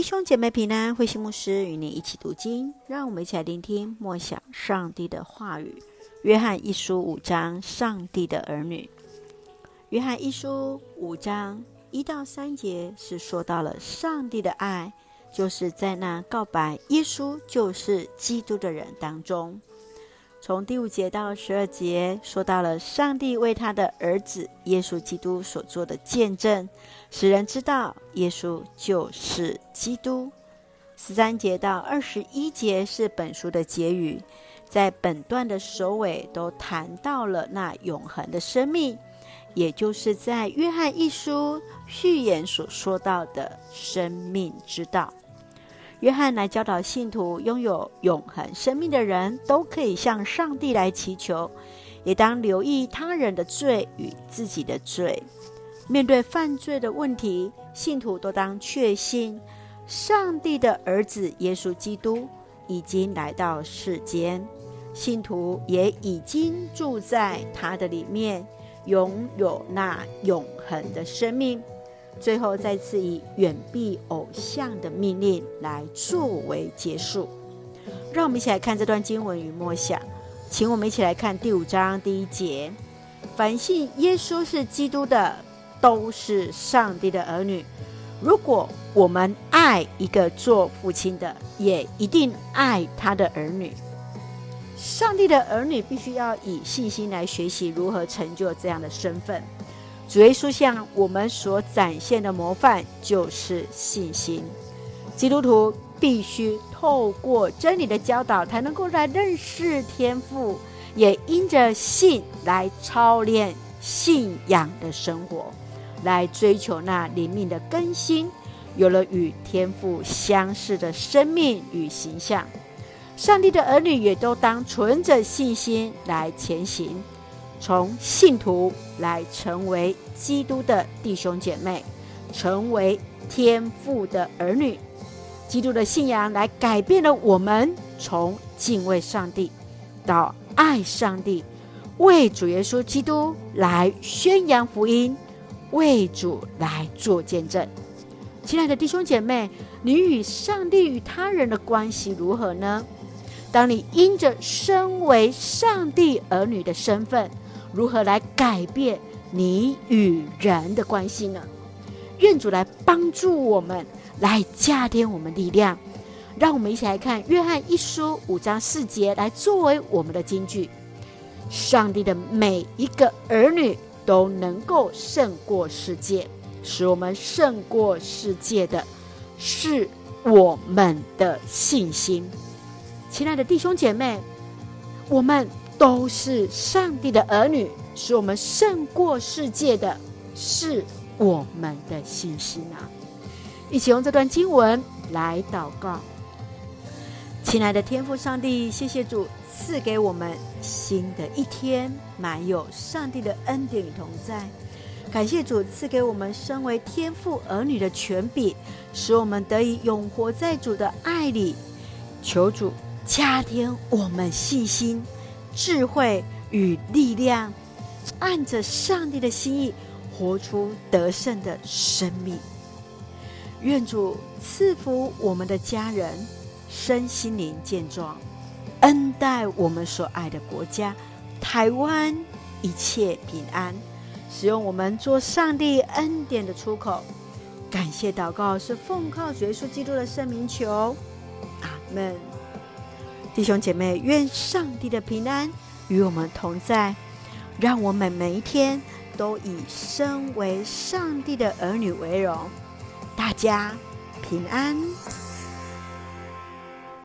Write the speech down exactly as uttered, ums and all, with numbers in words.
兄姐妹平安，慧馨牧师与你一起读经，让我们一起来聆听默想上帝的话语。约翰一书五章，上帝的儿女。约翰一书五章一到三节是说到了上帝的爱，就是在那告白耶稣就是基督的人当中。从第五节到十二节说到了上帝为他的儿子耶稣基督所做的见证，使人知道耶稣就是基督。十三节到二十一节是本书的结语，在本段的首尾都谈到了那永恒的生命，也就是在约翰一书序言所说到的生命之道。约翰来教导信徒，拥有永恒生命的人都可以向上帝来祈求，也当留意他人的罪与自己的罪。面对犯罪的问题，信徒都当确信上帝的儿子耶稣基督已经来到世间，信徒也已经住在他的里面，拥有那永恒的生命。最后再次以远避偶像的命令来作为结束。让我们一起来看这段经文与默想。请我们一起来看第五章第一节，凡信耶稣是基督的，都是上帝的儿女。如果我们爱一个做父亲的，也一定爱他的儿女。上帝的儿女必须要以信心来学习如何成就这样的身份。主耶稣向我们所展现的模范就是信心。基督徒必须透过真理的教导，才能够来认识天父，也因着信来操练信仰的生活，来追求那灵命的更新，有了与天父相似的生命与形象。上帝的儿女也都当存着信心来前行，从信徒来成为基督的弟兄姐妹，成为天父的儿女。基督的信仰来改变了我们，从敬畏上帝到爱上帝，为主耶稣基督来宣扬福音，为主来做见证。亲爱的弟兄姐妹，你与上帝与他人的关系如何呢？当你因着身为上帝儿女的身份，如何来改变你与人的关系呢？愿主来帮助我们，来加添我们力量。让我们一起来看约翰一书五章四节，来作为我们的金句。上帝的每一个儿女都能够胜过世界，使我们胜过世界的是我们的信心。亲爱的弟兄姐妹，我们都是上帝的儿女，使我们胜过世界的是我们的信心啊！一起用这段经文来祷告。亲爱的天父上帝，谢谢主赐给我们新的一天，满有上帝的恩典与同在。感谢主赐给我们身为天父儿女的权柄，使我们得以永活在主的爱里。求主加添我们信心、智慧与力量，按着上帝的心意活出得胜的生命。愿主赐福我们的家人身心灵健壮，恩待我们所爱的国家台湾一切平安，使用我们做上帝恩典的出口。感谢祷告是奉靠主耶稣基督的圣名求，阿们。弟兄姐妹，愿上帝的平安与我们同在，让我们每一天都以身为上帝的儿女为荣。大家平安。